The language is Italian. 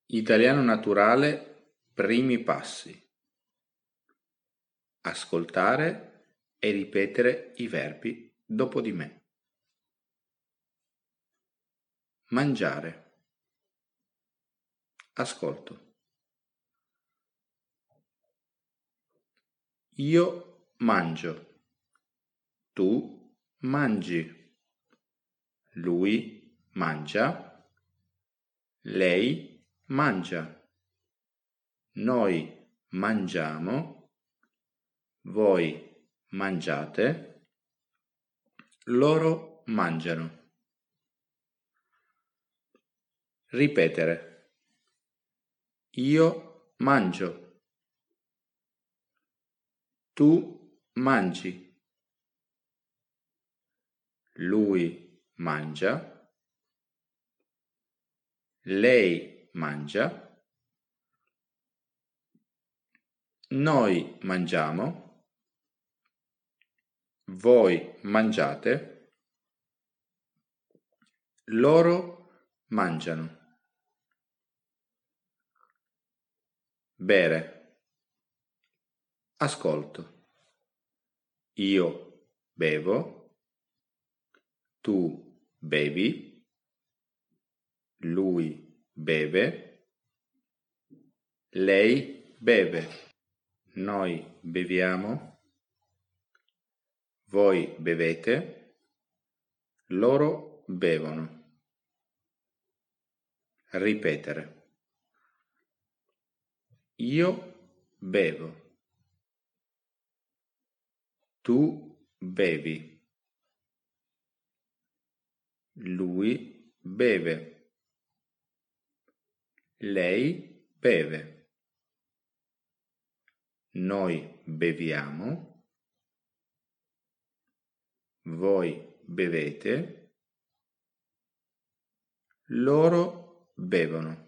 Italiano naturale, primi passi. Ascoltare e ripetere i verbi dopo di me. Mangiare. Ascolto. Io mangio. Tu mangi. Lui mangia. Lei mangia. Noi mangiamo. Voi mangiate. Loro mangiano. Ripetere. Io mangio. Tu mangi. Lui mangia. Lei mangia. Noi mangiamo. Voi mangiate. Loro mangiano. Bere. Ascolto. Io bevo. Tu bevi. Lui beve. Lei beve. Noi beviamo. Voi bevete. Loro bevono. Ripetere. Io bevo. Tu bevi. Lui beve. Lei beve. Noi beviamo. Voi bevete. Loro bevono.